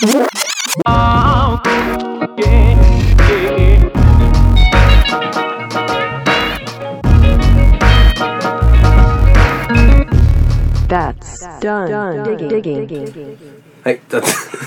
That's done digging. はい、雑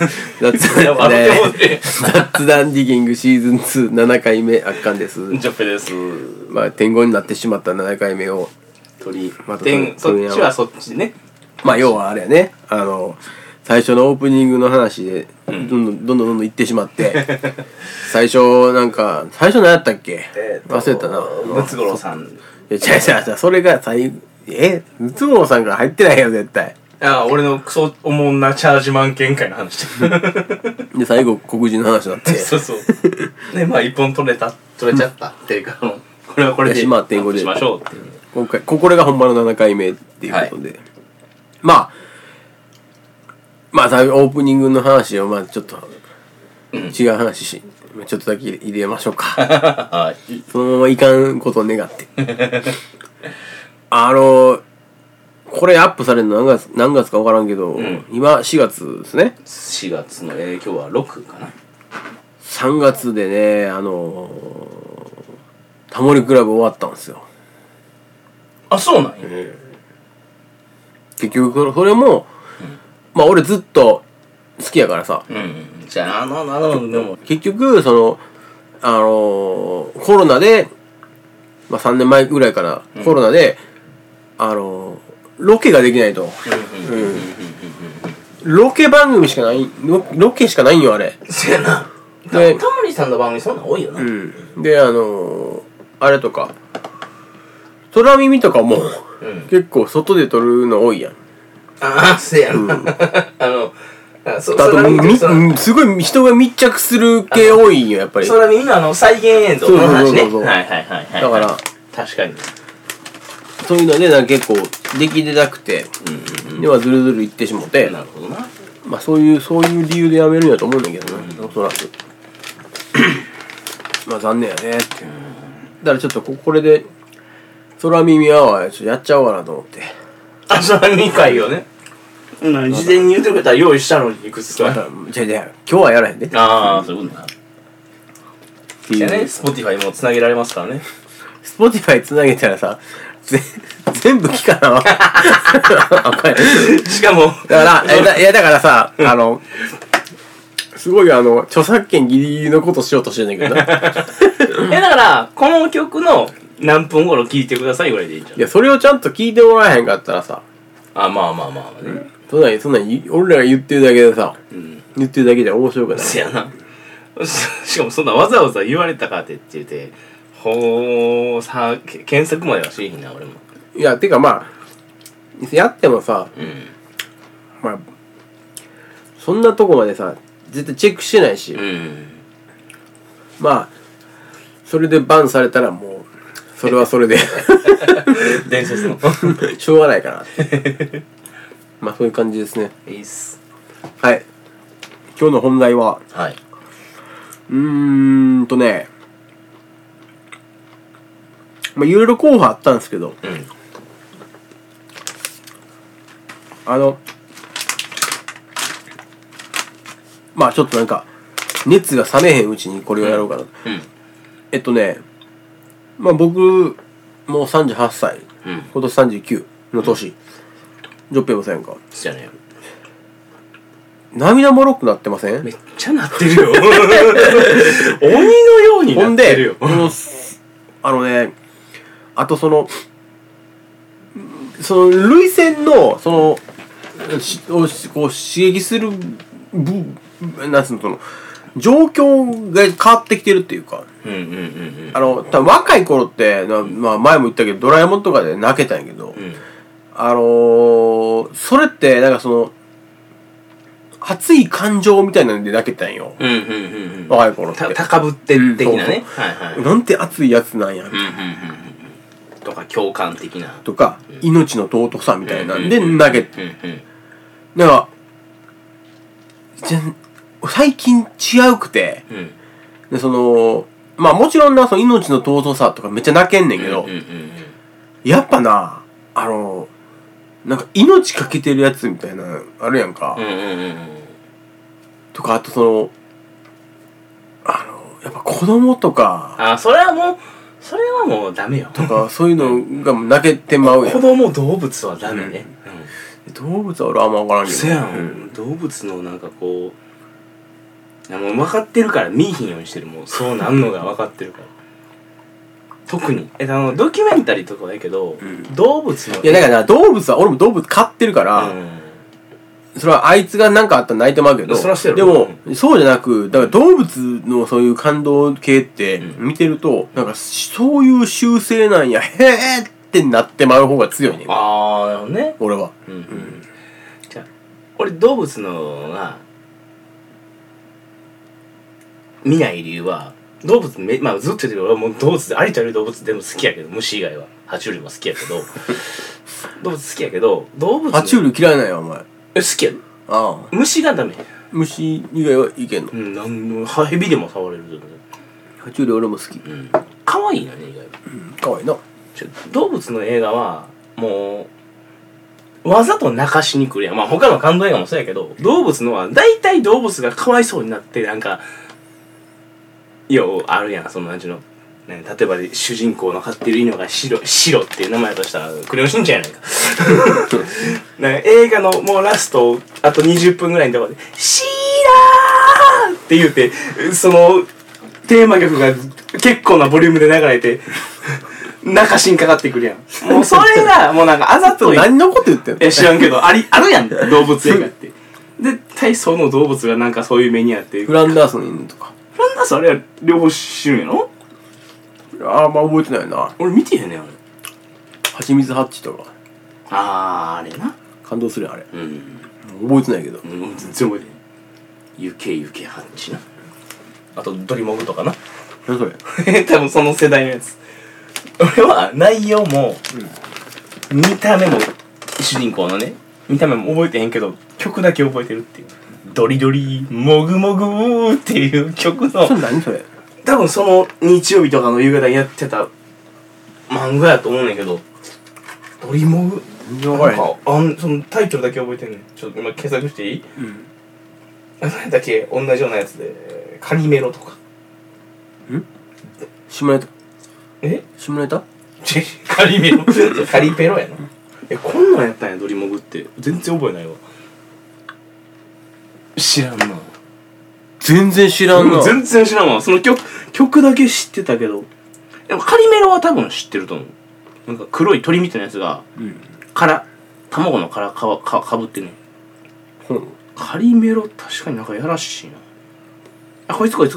談ディギングシーズン2、7回目、あっかんです。 ジョッペです。 まあ、天狗になってしまった7回目をそっちはそっちね。 まあ、要はあれやね、最初のオープニングの話で、どんどん行ってしまって、最初何やったっけ、忘れたな。 ムツゴロウさん。 違う、それがムツゴロウさんから入ってないよ、絶対。 俺のクソおもんなチャージマン見解の話で最後黒人の話になってそうでまあ一本取れちゃったっていうかこれはこれでしまってんごでしましょうっていう今回これが本場の7回目っていうことで、はい、まあオープニングの話をちょっと違う話ちょっとだけ入れましょうかはい、そのままいかんことを願ってこれアップされるの何月か分からんけど、今4月ですね。 4月の今日は6かな。 3月でねタモリクラブ終わったんですよ。 あ、そうなんや。 結局それも、まあ俺ずっと好きやからさ。 じゃあでも結局コロナで、まあ3年前ぐらいからコロナでロケができないと。ロケ番組しかない、ロケしかないんよ、あれ。 そうやな。タモリさんの番組そんなん多いよな。 で、あれとか、空耳とかも、結構外で撮るの多いやん。 そうやな。 あとすごい人が密着する系多いんよ、やっぱり。 空耳の再現映像の話ね。はい。 だから、 確かに。 そういうので結構できてなくて、ではずるずるいってしもて、 なるほどな。 まあそういう理由でやめるんやと思うんだけどね、おそらくまあ残念やねって。だからちょっとこれで空耳アワーやっちゃおうかなと思って。 空耳会をね。事前に言ってくれたら用意したのにいくつか。 じゃあ今日はやらへんで。 そういうことな。じゃあね、Spotify もつなげられますからね。 Spotify つなげたらさ、全部聞かなしかもだからさすごい著作権ギリギリのことしようとしてんだけどなだからこの曲の何分頃聞いてくださいぐらいでいいんじゃん。 いやそれをちゃんと聞いてもらえへんかったらさまあね、 そんなに俺らが言ってるだけでさ、言ってるだけじゃ面白くない。 せやな。しかもそんなわざわざ言われたかって言って検索まではしへんな俺も。 いやてかやってもさ、まあそんなとこまでさ絶対チェックしてないし、まあそれでバンされたらもうそれはそれで伝説のしょうがないかなってまあそういう感じですね。 いいっす。 はい、今日の本題はまあいろいろ候補あったんですけど、まあちょっと熱が冷めへんうちにこれをやろうかな。まあ僕もう38歳、今年39の年、ジョッペもせんか。 じゃね涙もろくなってません？ めっちゃなってるよ鬼のようになってるよ。 ほんであとその涙腺のこう刺激する状況が変わってきてるっていうか、多分若い頃ってまあ前も言ったけどドラえもんとかで泣けたんやけど、それって熱い感情みたいなので泣けたんよ。若い頃って高ぶって的なね。 なんて熱いやつなんやみたいな。 とか共感的なとか、命の尊さみたいなんで投げて、だから最近違うくて、でまあもちろんその命の尊さとかめっちゃ泣けんねんけど、やっぱ命かけてるやつみたいなあるやんか。 とか、あとやっぱ子供とかそれはもうダメよとかそういうのが泣けてまうやん。 子供動物はダメね、 動物は俺あんま分からんけど。 そやん、動物のなんかこうもう分かってるから見いひんようにしてる。もうそうなんのが分かってるから特にドキュメンタリーとかはいいけど、動物のいやだから動物は俺も動物飼ってるから、それはあいつが何かあったら泣いてまうけど、 そらそうやでろ。 も、そうじゃなく、だから動物のそういう感動系って見てると、なんかそういう習性なんや、へーってなってまう方が強いね。 なるほどね。 俺は。 じゃあ俺動物のが見ない理由は、動物ずっと言ってるけど俺はもう動物でありとあらゆる動物全部好きやけど、虫以外は爬虫類も好きやけど動物好きやけど動物の爬虫類嫌いなんやお前。 好きやで。虫がダメ。 虫以外はいけんの。 ヘビでも触れる。 爬虫類俺も好き。 可愛いのね、意外と。 かわいいな。 動物の映画はもうわざと泣かしに来るやん。他の感動映画もそうやけど、動物のは大体動物がかわいそうになってなんかあるやん。なんちゅうの、例えば主人公の飼ってる犬が白っていう名前だとしたらクレヨンしんちゃんやないかなんか映画のもうラストあと20分ぐらいのところでシーラーって言うて、そのテーマ曲が結構なボリュームで流れて泣かしにかかってくるやん。もうそれがもうなんかあざとい。 何のこと言ってんの？ 知らんけどあるやん、動物映画って絶対その動物がなんかそういう目にあって。 フランダースの犬とか。 フランダースあれは両方知るんやろ？ あんま覚えてないな。 俺見てへんねんあれ。 はちみつハッチとかあれな。 感動するやんあれ。覚えてないけど。 全然覚えてない。ゆけハッチな。あとドリモグとかな。 何それ？ 多分その世代のやつ。俺は内容も、見た目も主人公のね見た目も覚えてへんけど曲だけ覚えてるっていう。ドリドリもぐもぐーっていう曲の。 それ何それ？ 多分その日曜日とかの夕方にやってた漫画やと思うねんけど、ドリモグなんかそのタイトルだけ覚えてんねん。ちょっと今検索していい？何だっけ同じようなやつでカニメロとか。 下ネタ？下ネタ？ カリメロカリペロやな。こんなんやったんやドリモグって。全然覚えないわ。知らんな。 全然知らんな。 全然知らんわ。その曲だけ知ってたけど。でもカリメロは多分知ってると思う。なんか黒い鳥みたいなやつが卵の殻かぶってね。カリメロ確かになんかやらしいな。こいつ。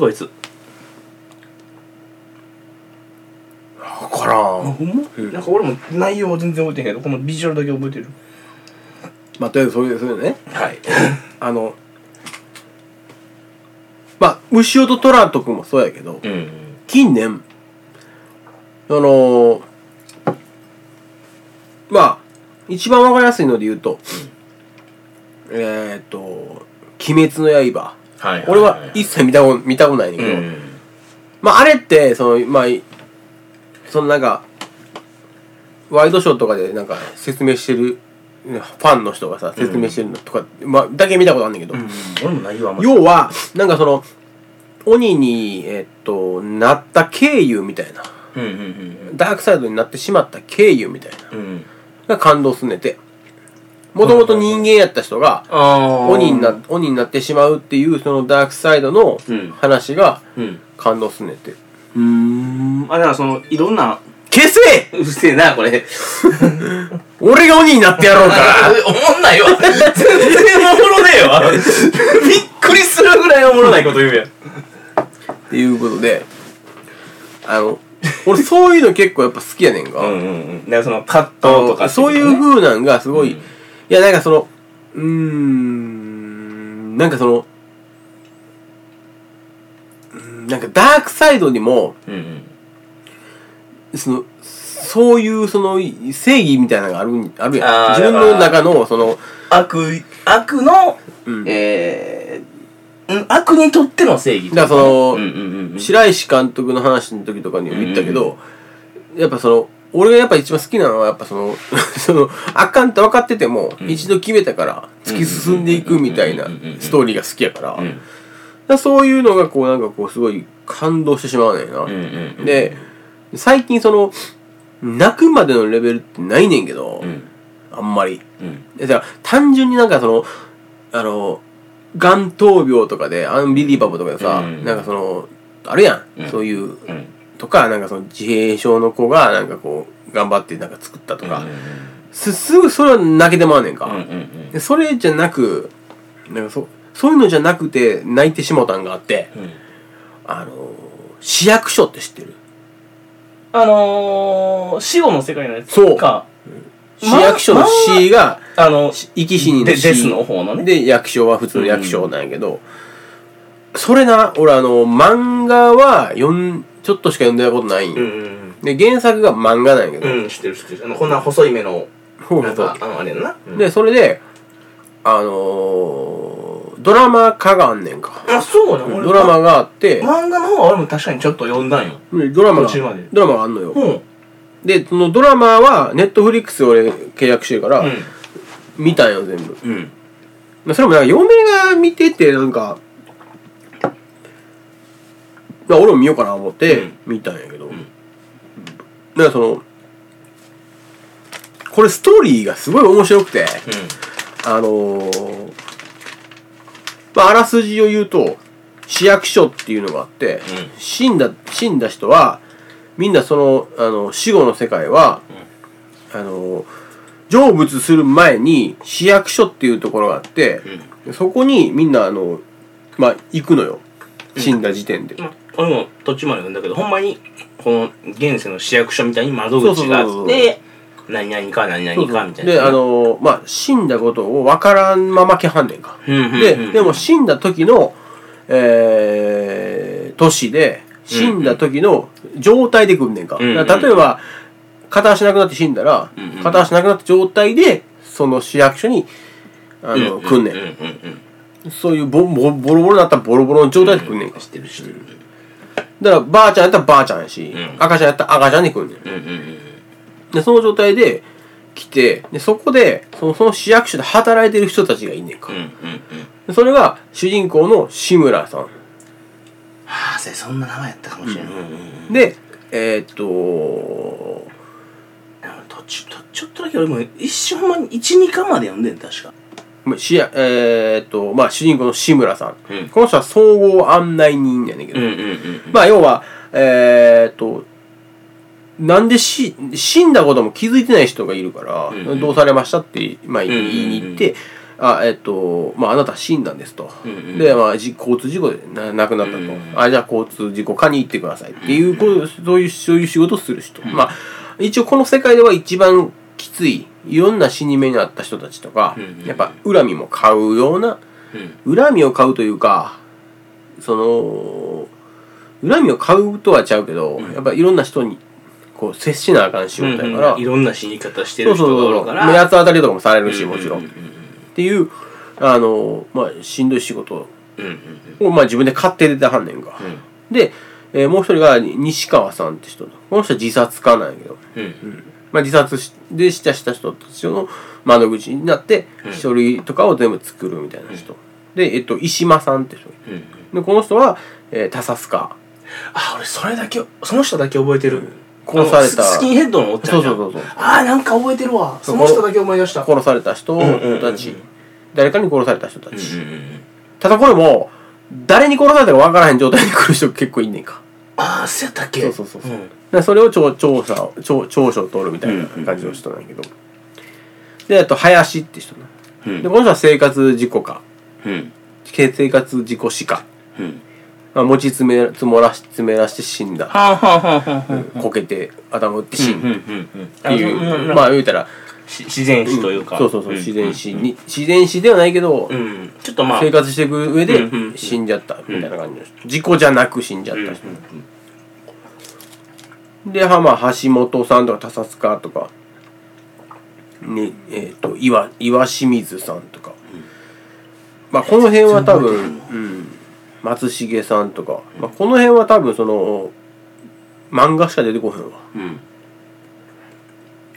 わからん。 ほんま？なんか俺も内容は全然覚えてへんけど、このビジュアルだけ覚えてる。 とりあえずそういうね。 はい。 牛尾と虎とくんもそうやけど、近年一番わかりやすいので言うと、鬼滅の刃。俺は一切見たことないねんけど、あれってなんかワイドショーとかでなんか説明してるファンの人がさ説明してるのとか、だけ見たことあんねんけど、 俺も内容は要はなんか鬼になった経由みたいな、ダークサイドになってしまった経由みたいな、が感動すんねて。もともと人間やった人が鬼になってしまうっていうそのダークサイドの話が感動すんねて。 だからいろんな消せ！ うるせえなこれ俺が鬼になってやろうかおもんないわ全然おもろねえわびっくりするぐらいおもろないこと言うやんっていうことで俺そういうの結構やっぱ好きやねんか。 だからその葛藤とか、 そういう風なんがすごい、いやなんかなんかなんかダークサイドにも、そういう正義みたいなのがあるやん。自分の中の悪の、悪にとっての正義。 だから白石監督の話の時とかにも言ったけど、やっぱ俺がやっぱ一番好きなのはやっぱそのあかんって分かってても、一度決めたから突き進んでいくみたいなストーリーが好きやから、だからそういうのがこうなんかこうすごい感動してしまうねんな、で最近その泣くまでのレベルってないねんけど、あんまり、だから単純になんかその癌闘病とかでアンビリーバボーとかでさ、なんかそのあるやん、そういう、とかなんかその自閉症の子がなんかこう頑張ってなんか作ったとか、すぐそれは泣けてまうねんか、でそれじゃなくなんかそういうのじゃなくて泣いてしもたんがあって、市役所って知ってる？ 死後の世界のやつそうか。 市役所の市が生き死にの市デスの方のね。 で役所は普通の役所なんやけど、それな俺漫画はちょっとしか読んでたことないんよ、で原作が漫画なんやけど、 知ってる知ってる。こんな細い目のなんかあれやんな、 でそれでドラマ化があんねんか。 あ、そうなの？ ドラマがあって、 漫画の方は俺も確かにちょっと読んだんよ。 ドラマがあんのよ。でそのドラマはネットフリックス俺契約してるから、見たんよ全部。それもなんか嫁が見ててなんか、俺も見ようかな思って見たんやけど、だからそのこれストーリーがすごい面白くて、あらすじを言うと市役所っていうのがあって、死んだ人はみんなその死後の世界は、成仏する前に市役所っていうところがあって、そこにみんな行くのよ、死んだ時点で。 俺も途中まで読んだけど、ほんまにこの現世の市役所みたいに窓口があって、何々か何々かみたいな。 で死んだことを分からんまま来はんねんか。でも死んだ時の年で死んだ時の状態で来んねんか。例えば片足なくなって死んだら、片足なくなった状態でその市役所に来んねん。そういうボロボロになったらボロボロの状態で来んねんか。 知ってる。 だからばあちゃんやったらばあちゃんやし、赤ちゃんやったら赤ちゃんに来んねん。でその状態で来て、でそこでその市役所で働いてる人たちがいんねんか。でそれが主人公の志村さん。 そんな名前やったかもしれない。 でちょっとだけ俺も一瞬ほんまに 1,2 巻まで読んでん確か。 主人公の志村さん、この人は総合案内人やねんけど、要はなんで死んだことも気づいてない人がいるから、どうされましたって言いに行って、あなた死んだんですと、で交通事故で亡くなったと、じゃあ交通事故科に行ってくださいっていうそういう仕事をする人、一応この世界では一番きついいろんな死に目にあった人たちとか、やっぱ恨みも買うような、恨みを買うというか恨みを買うとはちゃうけど、やっぱいろんな人にこう接しなあかん仕事やから、 いろんな死に方してる人がおるから、 八つ当たりとかもされるし、もちろんっていうしんどい仕事を自分で買って出てはんねんか。でもう一人が西川さんって人、この人は自殺家なんやけど、自殺した人たちの窓口になって書類とかを全部作るみたいな人、で石間さんって人、でこの人は他殺家。 俺その人だけ覚えてる。 殺されたスキンヘッドのおっちゃんじゃん。 そうなんか覚えてるわ。その人だけ思い出した。 殺された人たち、誰かに殺された人たち、ただこれも誰に殺されたか分からへん状態に来る人結構いんねんか。 そうやったっけ。 そうそれを長所を取るみたいな感じの人なんやけど、で林って人な、でこの人は生活事故家、生活事故死家、持ち詰めらして死んだ、こけて頭打って死んだっていう、言うたら自然死というか、 自然死ではないけど、 ちょっと生活していく上で死んじゃったみたいな感じの人、事故じゃなく死んじゃった人で、橋本さんとか他殺家とかね、岩清水さんとか、この辺は多分、松重さんとか、この辺は多分漫画しか出てこへんわ。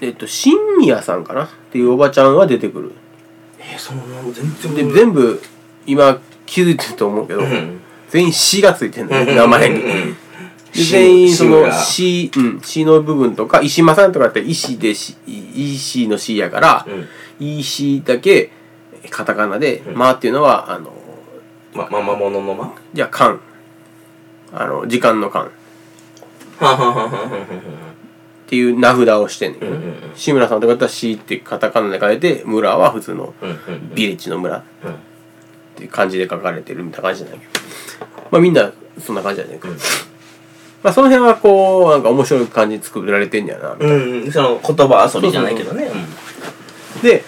新宮さんかなっていうおばちゃんは出てくる。 その全然で全部今気づいてると思うけど、全員詩がついてるんだよね、名前に。で全員その詩の部分とか、石間さんとかって石で石の詩やから、石だけカタカナで、間っていうのはまものの間。 じゃあ間、時間の間っていう名札をしてんねんけど、志村さんとかだったら詩ってカタカナで書いて、村は普通のビレッジの村っていう感じで書かれてるみたいな感じじゃないけど、まあみんなそんな感じじゃないか。まあその辺はこうなんか面白い感じに作られてんやなみたいな。 その言葉遊びじゃないけどね。 で、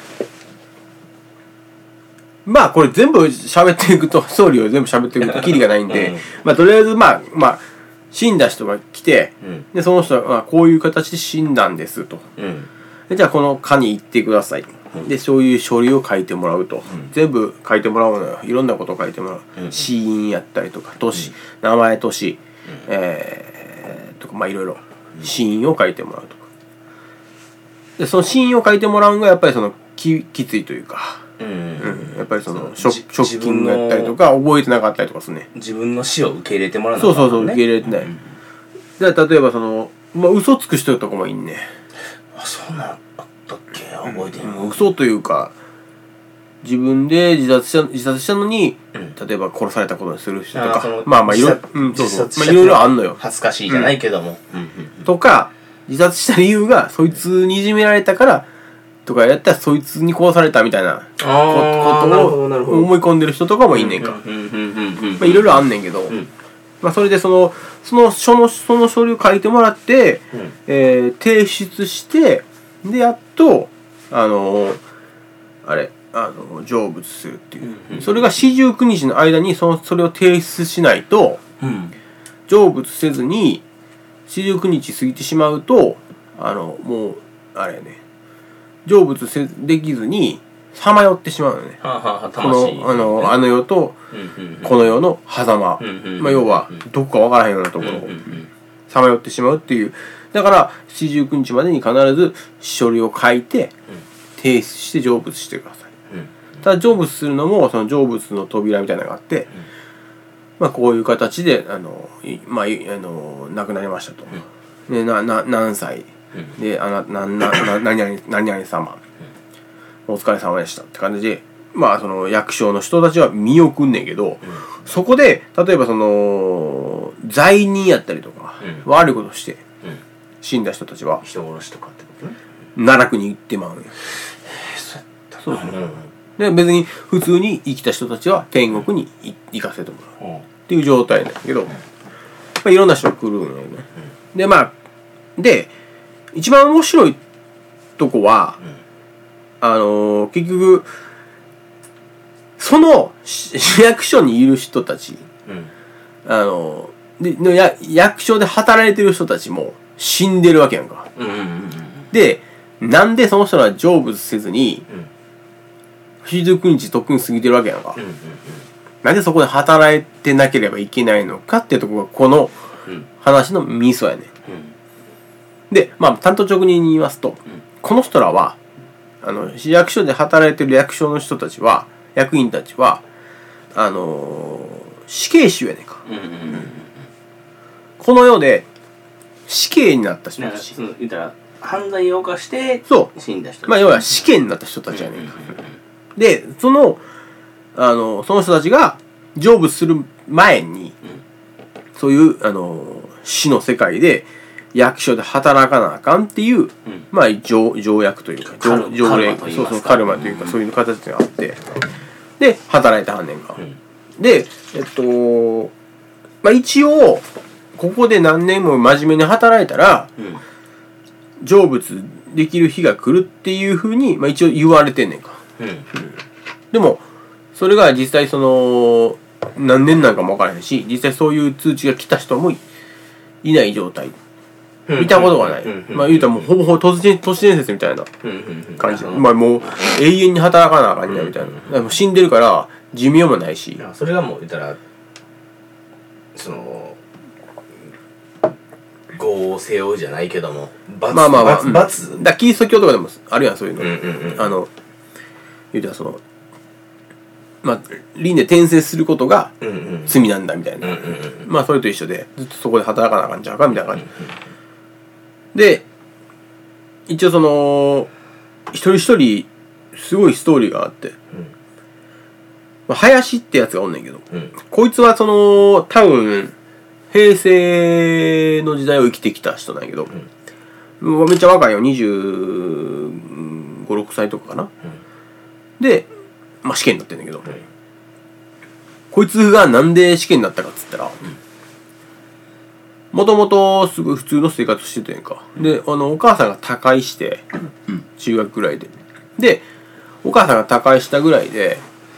まあこれ全部喋っていくと、ストーリーを全部喋っていくとキリがないんで、まあとりあえずまあ死んだ人が来て、でその人はこういう形で死んだんですと。でじゃあこの課に行ってください。でそういう書類を書いてもらうと、全部書いてもらうのよ。いろんなこと書いてもらう。死因やったりとか、年、名前、年、とかまあいろいろ死因を書いてもらうとか。でその死因を書いてもらうのがやっぱりそのきついというか、やっぱりそのショッキングやったりとか覚えてなかったりとかするね。 自分の死を受け入れてもらうのそう受け入れてない。じゃあ例えばその嘘つく人とかもいんね。 そうなんあったっけ、覚えてない。 嘘というか自分で自殺したのに、例えば殺されたことにする人とか、まあいろいろあんのよ。 恥ずかしいじゃないけども、 とか自殺した理由がそいつにいじめられたからとかやったらそいつに殺されたみたいなことを思い込んでる人とかもいんねんか。いろいろあんねんけど、まあそれでその書類を書いてもらって、提出してでやっと成仏するっていう、それが49日の間にそれを提出しないと、成仏せずに49日過ぎてしまうともうあれやね、成仏できずにさまよってしまうのね。このあの世とこの世の狭間、まあ要はどこかわからへんようなところをさまよってしまうっていう。だから49日までに必ず書類を書いて提出して成仏してください。ただ成仏するのもその成仏の扉みたいなのがあって、まあこういう形で亡くなりましたと。で何歳で何々様、お疲れ様でしたって感じで、まあその役所の人たちは見送んねんけど、そこで例えばその罪人やったりとか、悪いことして死んだ人たちは人殺しとかってことね、 奈落に行ってまうのよ。そうで別に普通に生きた人たちは天国に行かせてもらうっていう状態なんだけど、まあ、いろんな人が来るんよね。でまあで一番面白いとこは、結局その市役所にいる人たち、役所で働いてる人たちも死んでるわけやんか。でなんでその人ら成仏せずに49日とっくに過ぎてるわけやんか。なんでそこで働いてなければいけないのかっていうところがこの話のミソやね。でまあ単刀直入に言いますと、この人らは市役所で働いてる役所の人たちは、役員たちは死刑囚やねんか。この世で死刑になった人たち、 言ったら犯罪を犯して死んだ人たち、 まあ要は死刑になった人たちやねんか。でその人たちが成仏する前に、そういう死の世界で役所で働かなあかんっていう、まあ条約というか条例、カルマというかそういう形があって、で働いてはんねんか。でまあ一応ここで何年も真面目に働いたら、成仏できる日が来るっていうふうに、まあ、一応言われてんねんか。でもそれが実際その何年なんかも分からへんし、実際そういう通知が来た人もいない状態、見たことがない。まあ言うたらもうほぼほぼ都市伝説みたいな感じ。まあもう永遠に働かなあかんねやみたいな。もう死んでるから寿命もないし。 それがもう言ったらその業を背負うじゃないけども罰まあまあまあ、 罰だキリスト教とかでもあるやん、そういうの。言うたらまあ、輪廻転生することが罪なんだみたいな。まあ、それと一緒で、ずっとそこで働かなあかんちゃうかみたいな感じ。で、一応一人一人、すごいストーリーがあって、まあ、林ってやつがおんねんけど、こいつは多分、平成の時代を生きてきた人なんやけど、めっちゃ若いよ、25、6歳とかかな。で、まあ試験になってんだけど、こいつがなんで試験になったかっつったら、もともとすごい普通の生活しててんか。で、お母さんが他界して、中学ぐらいで。で、お母さんが他界したぐらいで、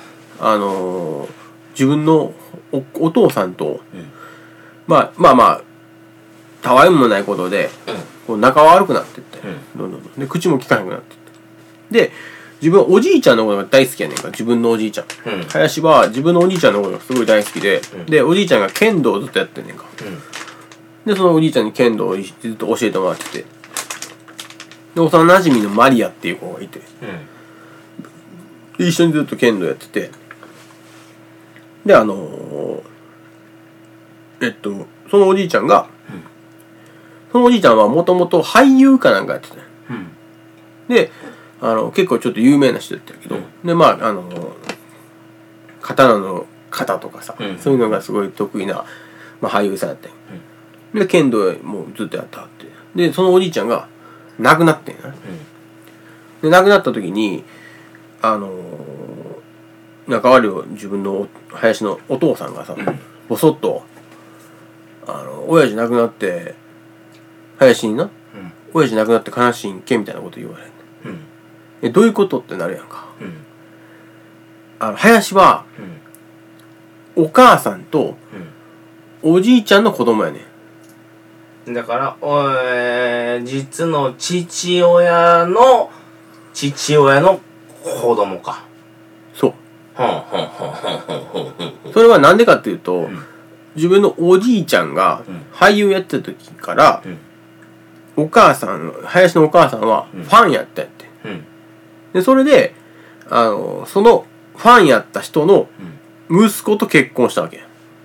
自分のお父さんと、まあ、たわいもないことで、こう仲悪くなってって、どんどん。で、口も利かなくなってって。で、自分おじいちゃんのことが大好きやねんか、自分のおじいちゃん。林は自分のおじいちゃんのことがすごい大好きで、で、おじいちゃんが剣道をずっとやってんねんか。で、そのおじいちゃんに剣道をずっと教えてもらってて、で、幼馴染のマリアっていう子がいて、で、一緒にずっと剣道やってて、で、そのおじいちゃんが、そのおじいちゃんはもともと俳優かなんかやってた。で、結構ちょっと有名な人だったけど、で、まあ、刀の型とかさ、そういうのがすごい得意な、まあ、俳優さんやったんよ。で、剣道もうずっとやったって。で、そのおじいちゃんが亡くなってんな。で、亡くなった時に、仲悪いを自分の林のお父さんがさ、ぼそっと、親父亡くなって、林にな、親父亡くなって悲しいんけみたいなこと言われる。どういうことってなるやんか。林は、お母さんと、おじいちゃんの子供やねん。だから、実の父親の子供か。 そう。それはなんでかっていうと、自分のおじいちゃんが俳優やってた時から、お母さん、林のお母さんはファンやったやって。で、それで、そのファンやった人の息子と結婚したわけ。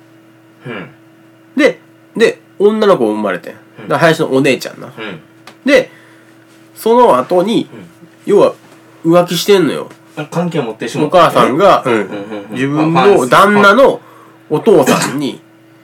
で、女の子生まれてん。だから林のお姉ちゃんな。で、その後に、要は浮気してんのよ。 関係を持ってしまう。 お母さんが、自分の旦那のお父さんに、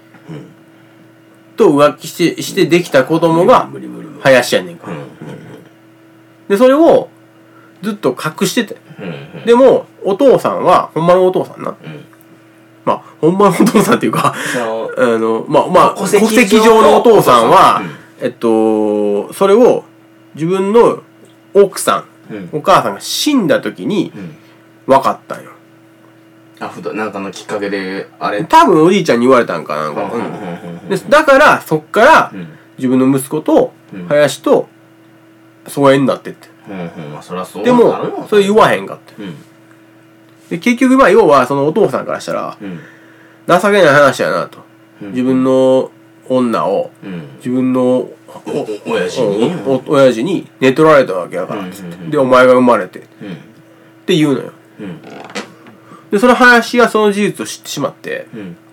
と浮気してできた子供が林やねんか。で、それをずっと隠してて。でも、お父さんは、ほんまのお父さんな。まあ、ほんまのお父さんっていうか、戸籍上のお父さんは、それを自分の奥さん、お母さんが死んだ時に分かったんよ。 なんかのきっかけで、あれ多分おじいちゃんに言われたんかなんか。だから、そっから、自分の息子と、林と、疎遠になってって。でも、それ言わへんかって。で、結局、要は、そのお父さんからしたら、情けない話やなと。自分の女を、自分の親父に寝取られたわけやからっつって。で、お前が生まれて。って言うのよ。で、その林がその事実を知ってしまって、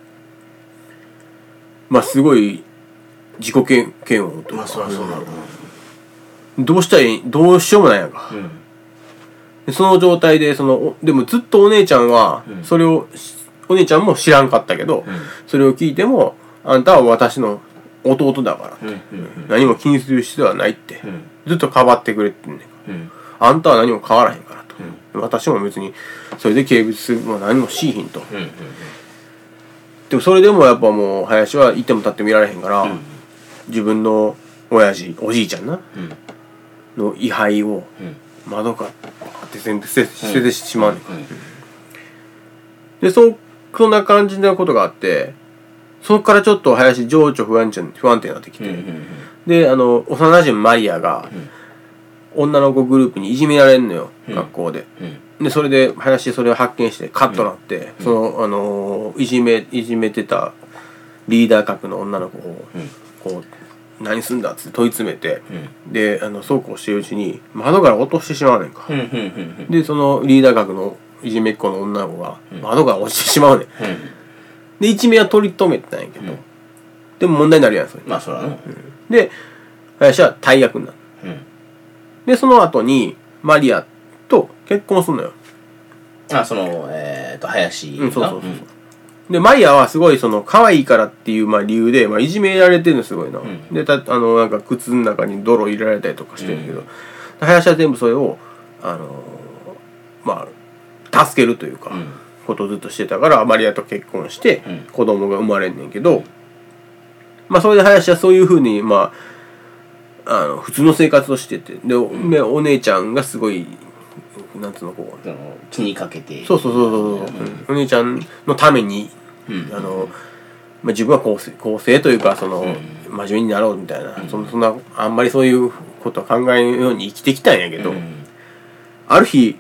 まあ、すごい、自己嫌悪とか。どうしたらいい、どうしようもないやんか。でその状態で、でもずっとお姉ちゃんは、それを、お姉ちゃんも知らんかったけど、それを聞いても、あんたは私の弟だからって、何も気にする必要はないって、ずっとかばってくれてんねんか。あんたは何も変わらへんからと。私も別に、それで軽蔑するも何もしいひんと。でもそれでもやっぱもう、林はいても立ってもいられへんから、自分の親父、おじいちゃんな、の位牌を、窓からって捨ててしまうねんか。で、そんな感じなことがあって、そこからちょっと林情緒不安定になってきて、で、幼馴染マリアが、女の子グループにいじめられんのよ、学校で。で、それで、林それを発見して、カッとなって、いじめてたリーダー格の女の子を、こう、 何すんだっつって問い詰めて、でそうこうしてるうちに窓から落としてしまうねんか、でそのリーダー格のいじめっ子の女の子が窓から落ちてしまうねん、で一命は取り留めてたんやけど、でも問題になるやんそれ。 まあそらね。 で林は大役になる、でその後にマリアと結婚するのよ。 その林が。 そうでマリアはすごいその可愛いからっていう理由で、いじめられてるのすごいな、でなんか靴の中に泥入れられたりとかしてるけど、林は全部それを助けるというか、ことをずっとしてたからマリアと結婚して子供が生まれんねんけど、それで林はそういうふうに普通の生活をしてて、でお姉ちゃんがすごいなんつうのこう気にかけて、 そう、お姉ちゃんのために、自分は公正というか真面目になろうみたいな、そんなあんまりそういうことは考えんように生きてきたんやけど、ある日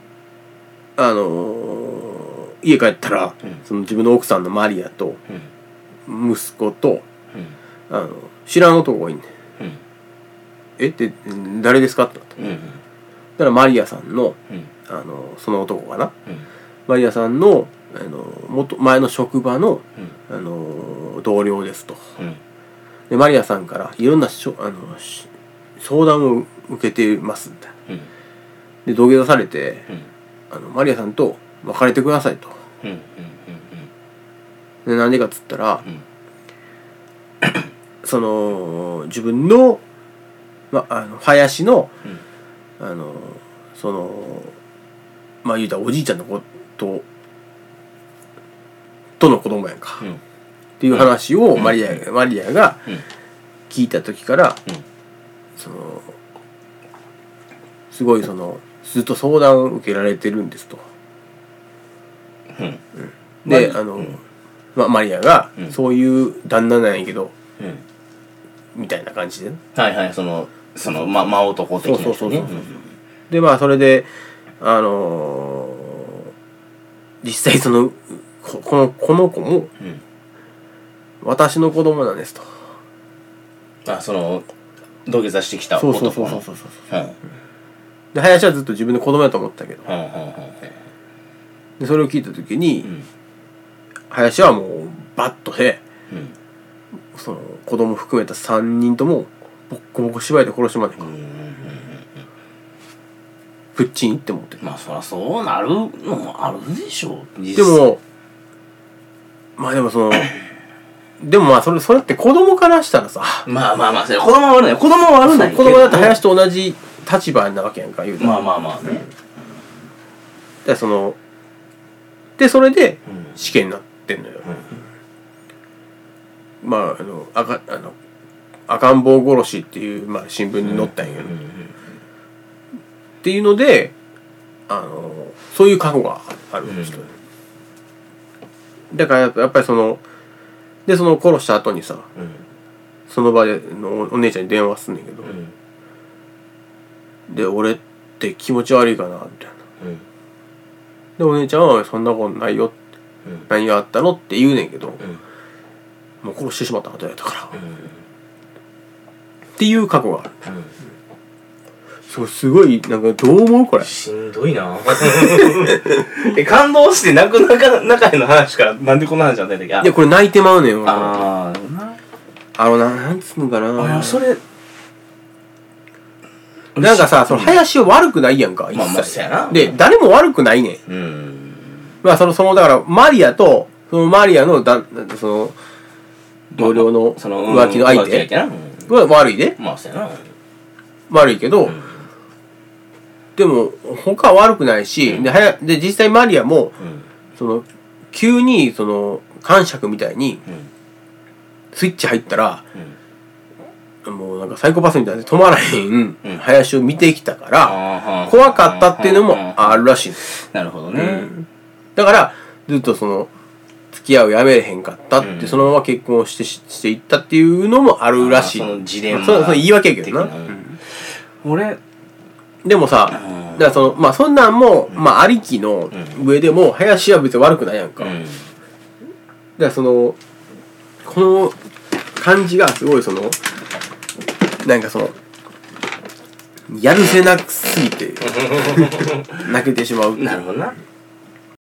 家帰ったら、その自分の奥さんのマリアと、息子と、知らん男がいんねん。えって誰ですかってなった。だからマリアさんの、その男かな、マリアさんの前の職場の、同僚ですと、でマリアさんからいろんな相談を受けてますみたいな、で土下座されて、マリアさんと別れてくださいと、でなんでかっつったら、その自分の、林の、言うたらおじいちゃんのこととの子供やんか、っていう話をマリアが聞いた時から、すごいずっと相談を受けられてるんですと、でマリアがそういう旦那なんやけど、みたいな感じで、 その真男的な人ね。 でそれで実際この子も、私の子供なんですと。 土下座してきた男。 そう。で林はずっと自分の子供だと思ったけど、でそれを聞いた時に、林はもうバッとで、その子供含めた3人ともボッコボコ縛いて殺しまねんか。プッチンって思ってる。 そりゃそうなるのもあるでしょう。 でもでもそれって子供からしたらさ、 子供は悪ない。子供は悪ない。 子供だって林と同じ立場なわけやんか、言うて。 ね。 でそれで死刑になってんのよ。赤ん坊殺しっていう新聞に載ったんやけど、っていうのでそういう過去がある人、だからやっぱりその殺した後にさ、その場でのお姉ちゃんに電話すんねんけど、で俺って気持ち悪いかなみたいな、でお姉ちゃんはそんなことないよって、何があったのって言うねんけど、もう殺してしまった後やったから、っていう過去がある。すごいどう思うこれ。 しんどいな。感動して仲への話からなんでこんな話なんだっけ。いやこれ泣いてまうねん。 なんつうのかな。 それなんかさ、林は悪くないやんか。で誰も悪くないねん。だからマリアとマリアの同僚の浮気の相手は悪いで。悪いけど。でも他は悪くないし、で実際マリアも、急に感触みたいにスイッチ入ったら、もうなんかサイコパスみたいで止まらへん林を見てきたから怖かったっていうのもあるらしい。 なるほどね。 だからずっと付き合うやめれへんかったって、そのまま結婚していったっていうのもあるらしい。 ジレンマ。 そう言い訳やけどな。 俺でもさ、だからそんなんもありきの上でも林は別に悪くないやんか。だからこの感じがすごいなんかそのやるせなすぎて泣けてしまうっていうなるほどな。